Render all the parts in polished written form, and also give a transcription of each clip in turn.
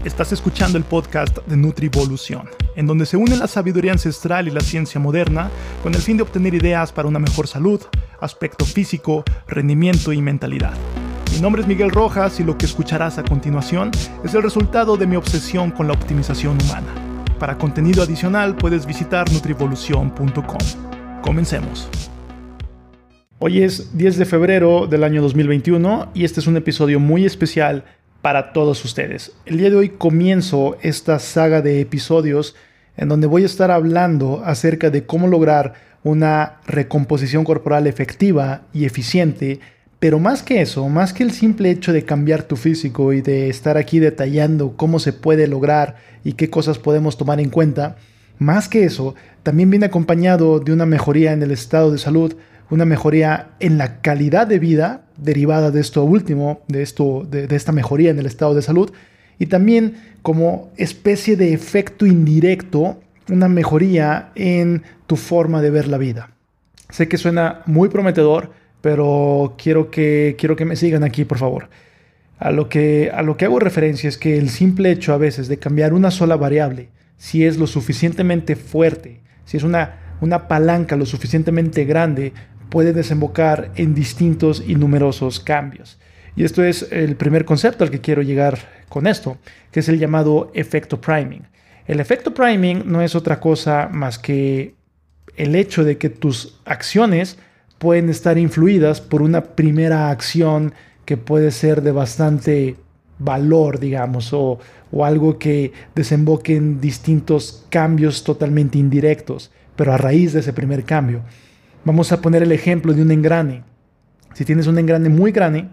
Estás escuchando el podcast de Nutrivolución, en donde se une la sabiduría ancestral y la ciencia moderna con el fin de obtener ideas para una mejor salud, aspecto físico, rendimiento y mentalidad. Mi nombre es Miguel Rojas y lo que escucharás a continuación es el resultado de mi obsesión con la optimización humana. Para contenido adicional puedes visitar nutrivolución.com. Comencemos. Hoy es 10 de febrero del año 2021 y este es un episodio muy especial para todos ustedes. El día de hoy comienzo esta saga de episodios en donde voy a estar hablando acerca de cómo lograr una recomposición corporal efectiva y eficiente, pero más que eso, más que el simple hecho de cambiar tu físico y de estar aquí detallando cómo se puede lograr y qué cosas podemos tomar en cuenta, más que eso, también viene acompañado de una mejoría en el estado de salud, una mejoría en la calidad de vida derivada de esto último, de esta mejoría en el estado de salud, y también como especie de efecto indirecto, una mejoría en tu forma de ver la vida. Sé que suena muy prometedor, pero quiero que me sigan aquí, por favor. A lo que hago referencia es que el simple hecho a veces de cambiar una sola variable, si es lo suficientemente fuerte, si es una palanca lo suficientemente grande, puede desembocar en distintos y numerosos cambios. Y esto es el primer concepto al que quiero llegar con esto, que es el llamado efecto priming. El efecto priming no es otra cosa más que el hecho de que tus acciones pueden estar influidas por una primera acción que puede ser de bastante valor, digamos, o algo que desemboque en distintos cambios totalmente indirectos, pero a raíz de ese primer cambio. Vamos a poner el ejemplo de un engrane. Si tienes un engrane muy grande,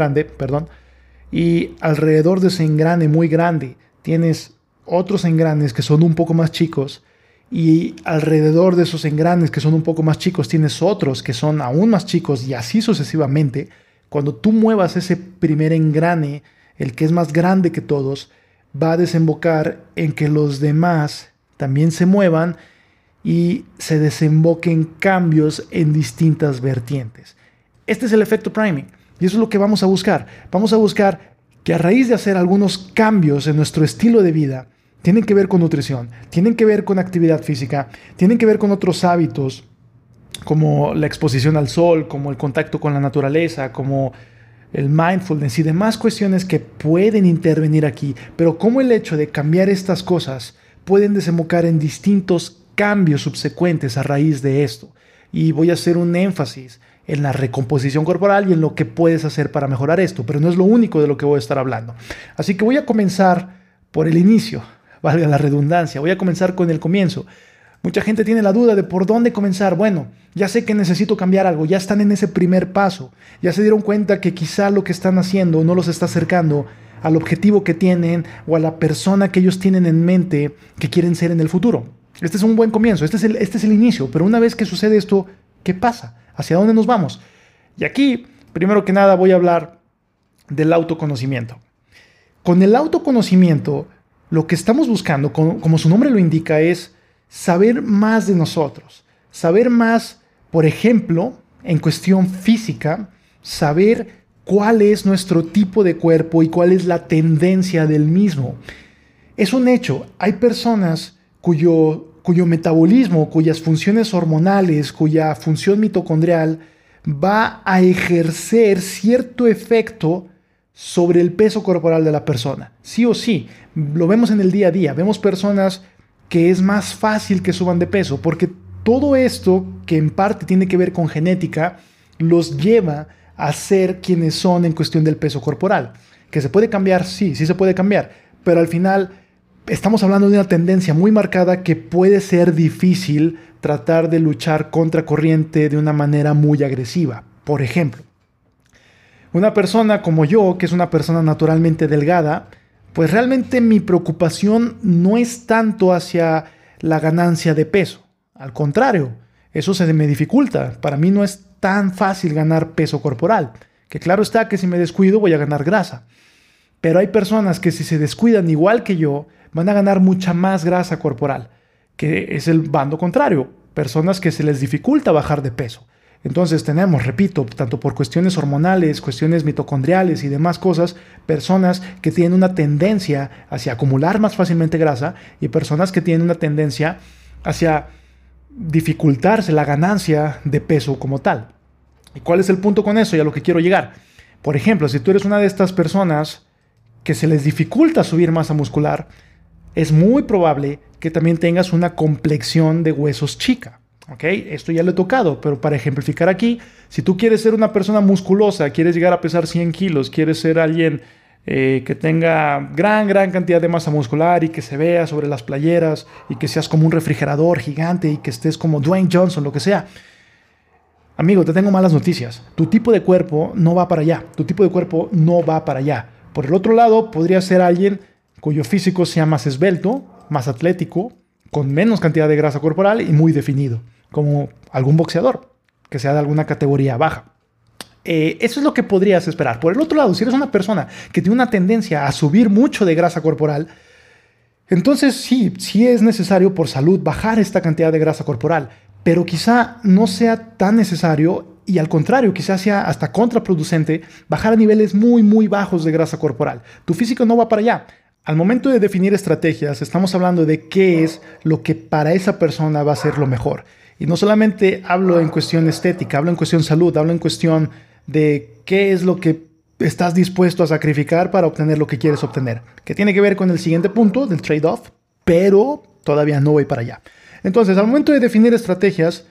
y alrededor de ese engrane muy grande tienes otros engranes que son un poco más chicos, y alrededor de esos engranes que son un poco más chicos tienes otros que son aún más chicos, y así sucesivamente, cuando tú muevas ese primer engrane, el que es más grande que todos, va a desembocar en que los demás también se muevan y se desemboquen cambios en distintas vertientes. Este es el efecto priming y eso es lo que vamos a buscar. Vamos a buscar que a raíz de hacer algunos cambios en nuestro estilo de vida, tienen que ver con nutrición, tienen que ver con actividad física, tienen que ver con otros hábitos como la exposición al sol, como el contacto con la naturaleza, como el mindfulness y demás cuestiones que pueden intervenir aquí, pero como el hecho de cambiar estas cosas pueden desembocar en distintos cambios subsecuentes a raíz de esto. Y voy a hacer un énfasis en la recomposición corporal y en lo que puedes hacer para mejorar esto, pero no es lo único de lo que voy a estar hablando. Así que voy a comenzar por el inicio, valga la redundancia, voy a comenzar con el comienzo. Mucha gente tiene la duda de por dónde comenzar. Bueno, ya sé que necesito cambiar algo, ya están en ese primer paso, ya se dieron cuenta que quizá lo que están haciendo no los está acercando al objetivo que tienen o a la persona que ellos tienen en mente que quieren ser en el futuro. Este es un buen comienzo, este es el inicio, pero una vez que sucede esto, ¿qué pasa? ¿Hacia dónde nos vamos? Y aquí, primero que nada, voy a hablar del autoconocimiento. Con el autoconocimiento, lo que estamos buscando, como su nombre lo indica, es saber más de nosotros. Saber más, por ejemplo, en cuestión física, saber cuál es nuestro tipo de cuerpo y cuál es la tendencia del mismo. Es un hecho, hay personas cuyo metabolismo, cuyas funciones hormonales, cuya función mitocondrial va a ejercer cierto efecto sobre el peso corporal de la persona. Sí o sí, lo vemos en el día a día. Vemos personas que es más fácil que suban de peso, porque todo esto, que en parte tiene que ver con genética, los lleva a ser quienes son en cuestión del peso corporal. ¿Que se puede cambiar? Sí se puede cambiar, pero al final estamos hablando de una tendencia muy marcada que puede ser difícil tratar de luchar contra corriente de una manera muy agresiva. Por ejemplo, una persona como yo, que es una persona naturalmente delgada, pues realmente mi preocupación no es tanto hacia la ganancia de peso. Al contrario, eso se me dificulta. Para mí no es tan fácil ganar peso corporal. Que claro está que si me descuido voy a ganar grasa. Pero hay personas que si se descuidan igual que yo, van a ganar mucha más grasa corporal, que es el bando contrario. Personas que se les dificulta bajar de peso. Entonces tenemos, repito, tanto por cuestiones hormonales, cuestiones mitocondriales y demás cosas, personas que tienen una tendencia hacia acumular más fácilmente grasa y personas que tienen una tendencia hacia dificultarse la ganancia de peso como tal. ¿Y cuál es el punto con eso y a lo que quiero llegar? Por ejemplo, si tú eres una de estas personas que se les dificulta subir masa muscular, es muy probable que también tengas una complexión de huesos chica. ¿Ok? Esto ya lo he tocado, pero para ejemplificar aquí, si tú quieres ser una persona musculosa, quieres llegar a pesar 100 kilos, quieres ser alguien que tenga gran cantidad de masa muscular y que se vea sobre las playeras y que seas como un refrigerador gigante y que estés como Dwayne Johnson, lo que sea. Amigo, te tengo malas noticias. Tu tipo de cuerpo no va para allá. Tu tipo de cuerpo no va para allá. Por el otro lado, podría ser alguien cuyo físico sea más esbelto, más atlético, con menos cantidad de grasa corporal y muy definido, como algún boxeador que sea de alguna categoría baja. Eso es lo que podrías esperar. Por el otro lado, si eres una persona que tiene una tendencia a subir mucho de grasa corporal, entonces sí es necesario por salud bajar esta cantidad de grasa corporal, pero quizá no sea tan necesario y al contrario, quizás sea hasta contraproducente bajar a niveles muy bajos de grasa corporal. Tu físico no va para allá. Al momento de definir estrategias, estamos hablando de qué es lo que para esa persona va a ser lo mejor. Y no solamente hablo en cuestión estética, hablo en cuestión salud, hablo en cuestión de qué es lo que estás dispuesto a sacrificar para obtener lo que quieres obtener. Que tiene que ver con el siguiente punto del trade-off, pero todavía no voy para allá. Entonces, al momento de definir estrategias,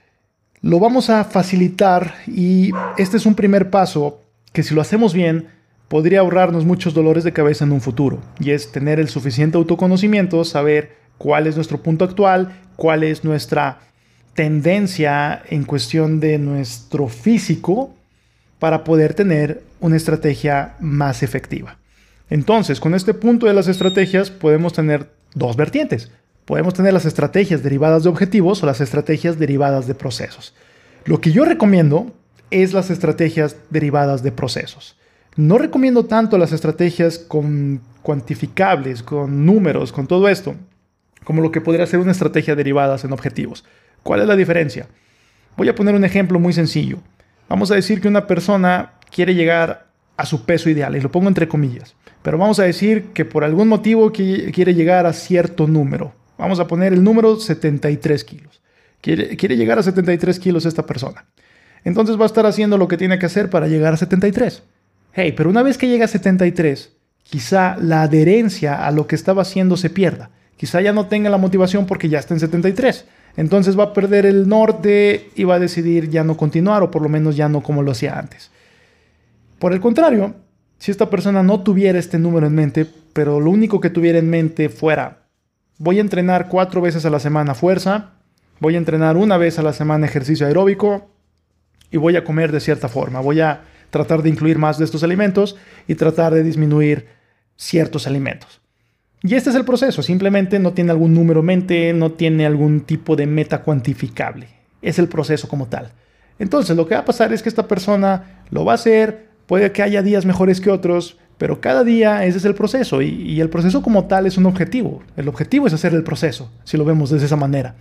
lo vamos a facilitar y este es un primer paso que si lo hacemos bien, podría ahorrarnos muchos dolores de cabeza en un futuro. Y es tener el suficiente autoconocimiento, saber cuál es nuestro punto actual, cuál es nuestra tendencia en cuestión de nuestro físico para poder tener una estrategia más efectiva. Entonces, con este punto de las estrategias podemos tener dos vertientes. Podemos tener las estrategias derivadas de objetivos o las estrategias derivadas de procesos. Lo que yo recomiendo es las estrategias derivadas de procesos. No recomiendo tanto las estrategias cuantificables, con números, con todo esto, como lo que podría ser una estrategia derivada en objetivos. ¿Cuál es la diferencia? Voy a poner un ejemplo muy sencillo. Vamos a decir que una persona quiere llegar a su peso ideal, y lo pongo entre comillas, pero vamos a decir que por algún motivo quiere llegar a cierto número. Vamos a poner el número 73 kilos. Quiere llegar a 73 kilos esta persona. Entonces va a estar haciendo lo que tiene que hacer para llegar a 73. Hey, pero una vez que llega a 73, quizá la adherencia a lo que estaba haciendo se pierda. Quizá ya no tenga la motivación porque ya está en 73. Entonces va a perder el norte y va a decidir ya no continuar o por lo menos ya no como lo hacía antes. Por el contrario, si esta persona no tuviera este número en mente, pero lo único que tuviera en mente fuera voy a entrenar 4 veces a la semana fuerza, voy a entrenar 1 vez a la semana ejercicio aeróbico y voy a comer de cierta forma. Voy a tratar de incluir más de estos alimentos y tratar de disminuir ciertos alimentos. Y este es el proceso. Simplemente no tiene algún número en mente, no tiene algún tipo de meta cuantificable. Es el proceso como tal. Entonces lo que va a pasar es que esta persona lo va a hacer, puede que haya días mejores que otros, pero cada día ese es el proceso y el proceso como tal es un objetivo. El objetivo es hacer el proceso, si lo vemos de esa manera.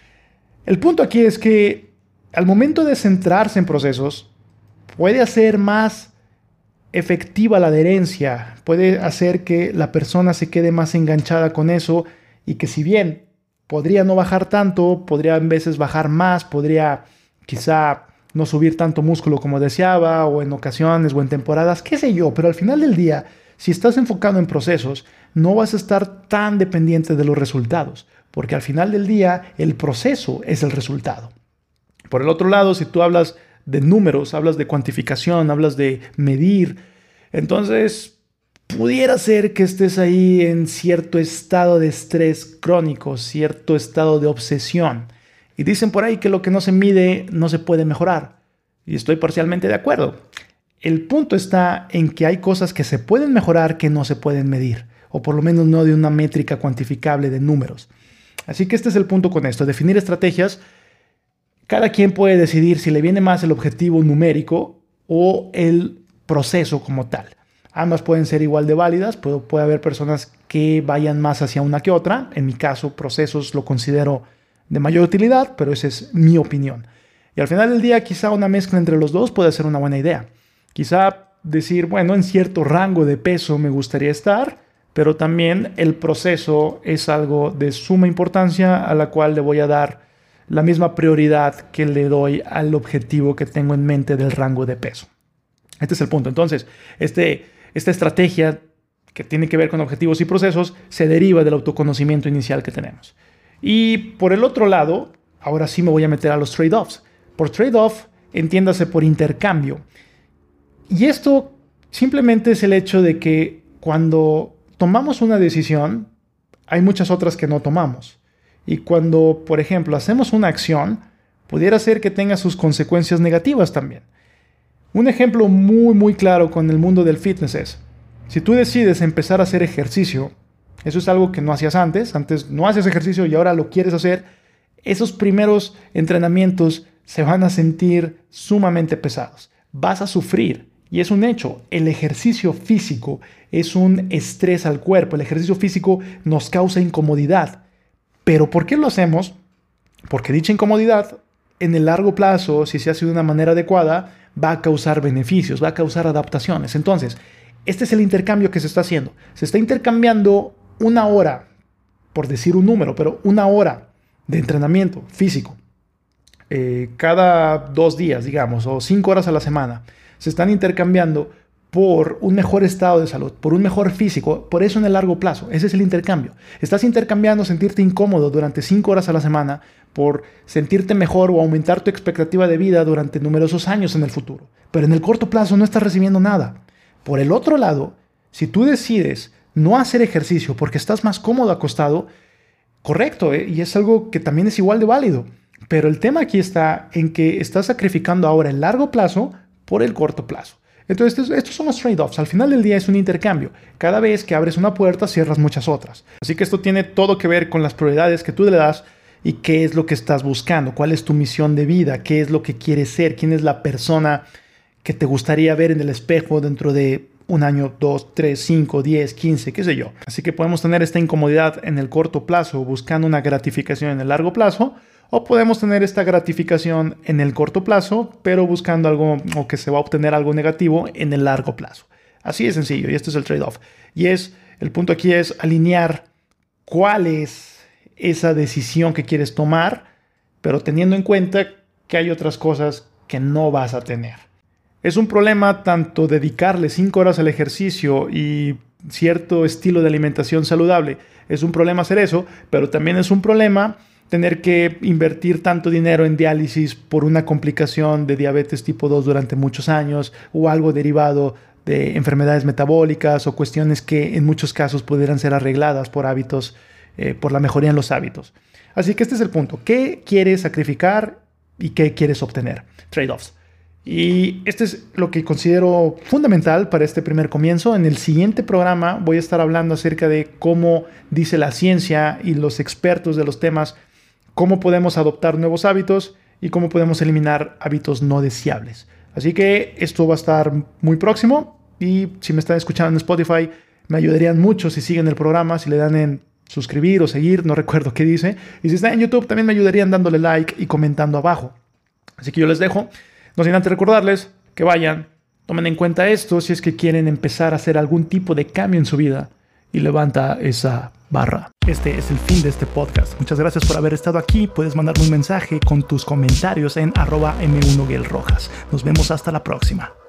El punto aquí es que al momento de centrarse en procesos, puede hacer más efectiva la adherencia, puede hacer que la persona se quede más enganchada con eso y que si bien podría no bajar tanto, podría en veces bajar más, podría quizá no subir tanto músculo como deseaba, o en ocasiones o en temporadas, qué sé yo, pero al final del día, si estás enfocado en procesos, no vas a estar tan dependiente de los resultados, porque al final del día, el proceso es el resultado. Por el otro lado, si tú hablas de números, hablas de cuantificación, hablas de medir, entonces pudiera ser que estés ahí en cierto estado de estrés crónico, cierto estado de obsesión. Y dicen por ahí que lo que no se mide no se puede mejorar. Y estoy parcialmente de acuerdo. El punto está en que hay cosas que se pueden mejorar que no se pueden medir. O por lo menos no de una métrica cuantificable de números. Así que este es el punto con esto. Definir estrategias. Cada quien puede decidir si le viene más el objetivo numérico o el proceso como tal. Ambas pueden ser igual de válidas. Puede haber personas que vayan más hacia una que otra. En mi caso, procesos lo considero de mayor utilidad, pero esa es mi opinión. Y al final del día, quizá una mezcla entre los dos puede ser una buena idea. Quizá decir, bueno, en cierto rango de peso me gustaría estar, pero también el proceso es algo de suma importancia a la cual le voy a dar la misma prioridad que le doy al objetivo que tengo en mente del rango de peso. Este es el punto. Entonces, esta estrategia que tiene que ver con objetivos y procesos se deriva del autoconocimiento inicial que tenemos. Y por el otro lado, ahora sí me voy a meter a los trade-offs. Por trade-off, entiéndase por intercambio. Y esto simplemente es el hecho de que cuando tomamos una decisión, hay muchas otras que no tomamos. Y cuando, por ejemplo, hacemos una acción, pudiera ser que tenga sus consecuencias negativas también. Un ejemplo muy claro con el mundo del fitness es, si tú decides empezar a hacer ejercicio, eso es algo que no hacías antes no hacías ejercicio y ahora lo quieres hacer, esos primeros entrenamientos se van a sentir sumamente pesados. Vas a sufrir. Y es un hecho, el ejercicio físico es un estrés al cuerpo, el ejercicio físico nos causa incomodidad. ¿Pero por qué lo hacemos? Porque dicha incomodidad, en el largo plazo, si se hace de una manera adecuada, va a causar beneficios, va a causar adaptaciones. Entonces, este es el intercambio que se está haciendo. Se está intercambiando una hora, por decir un número, pero una hora de entrenamiento físico, cada 2 días, digamos, o 5 horas a la semana. Se están intercambiando por un mejor estado de salud, por un mejor físico, por eso en el largo plazo. Ese es el intercambio. Estás intercambiando sentirte incómodo durante 5 horas a la semana por sentirte mejor o aumentar tu expectativa de vida durante numerosos años en el futuro. Pero en el corto plazo no estás recibiendo nada. Por el otro lado, si tú decides no hacer ejercicio porque estás más cómodo acostado, correcto, y es algo que también es igual de válido. Pero el tema aquí está en que estás sacrificando ahora el largo plazo por el corto plazo. Entonces, estos son los trade-offs. Al final del día es un intercambio. Cada vez que abres una puerta, cierras muchas otras. Así que esto tiene todo que ver con las prioridades que tú le das y qué es lo que estás buscando, cuál es tu misión de vida, qué es lo que quieres ser, quién es la persona que te gustaría ver en el espejo dentro de 1 año, 2, 3, 5, 10, 15, qué sé yo. Así que podemos tener esta incomodidad en el corto plazo buscando una gratificación en el largo plazo, o podemos tener esta gratificación en el corto plazo, pero buscando algo o que se va a obtener algo negativo en el largo plazo. Así de sencillo, y este es el trade-off. Y el punto aquí es alinear cuál es esa decisión que quieres tomar, pero teniendo en cuenta que hay otras cosas que no vas a tener. Es un problema tanto dedicarle 5 horas al ejercicio y cierto estilo de alimentación saludable. Es un problema hacer eso, pero también es un problema tener que invertir tanto dinero en diálisis por una complicación de diabetes tipo 2 durante muchos años o algo derivado de enfermedades metabólicas o cuestiones que en muchos casos pudieran ser arregladas por hábitos, por la mejoría en los hábitos. Así que este es el punto. ¿Qué quieres sacrificar y qué quieres obtener? Trade-offs. Y este es lo que considero fundamental para este primer comienzo. En el siguiente programa voy a estar hablando acerca de cómo dice la ciencia y los expertos de los temas, cómo podemos adoptar nuevos hábitos y cómo podemos eliminar hábitos no deseables. Así que esto va a estar muy próximo y si me están escuchando en Spotify, me ayudarían mucho si siguen el programa, si le dan en suscribir o seguir, no recuerdo qué dice. Y si están en YouTube, también me ayudarían dándole like y comentando abajo. Así que yo les dejo. No sin antes recordarles que vayan, tomen en cuenta esto si es que quieren empezar a hacer algún tipo de cambio en su vida y levanta esa barra. Este es el fin de este podcast. Muchas gracias por haber estado aquí. Puedes mandarme un mensaje con tus comentarios en @m1guelrojas. Nos vemos hasta la próxima.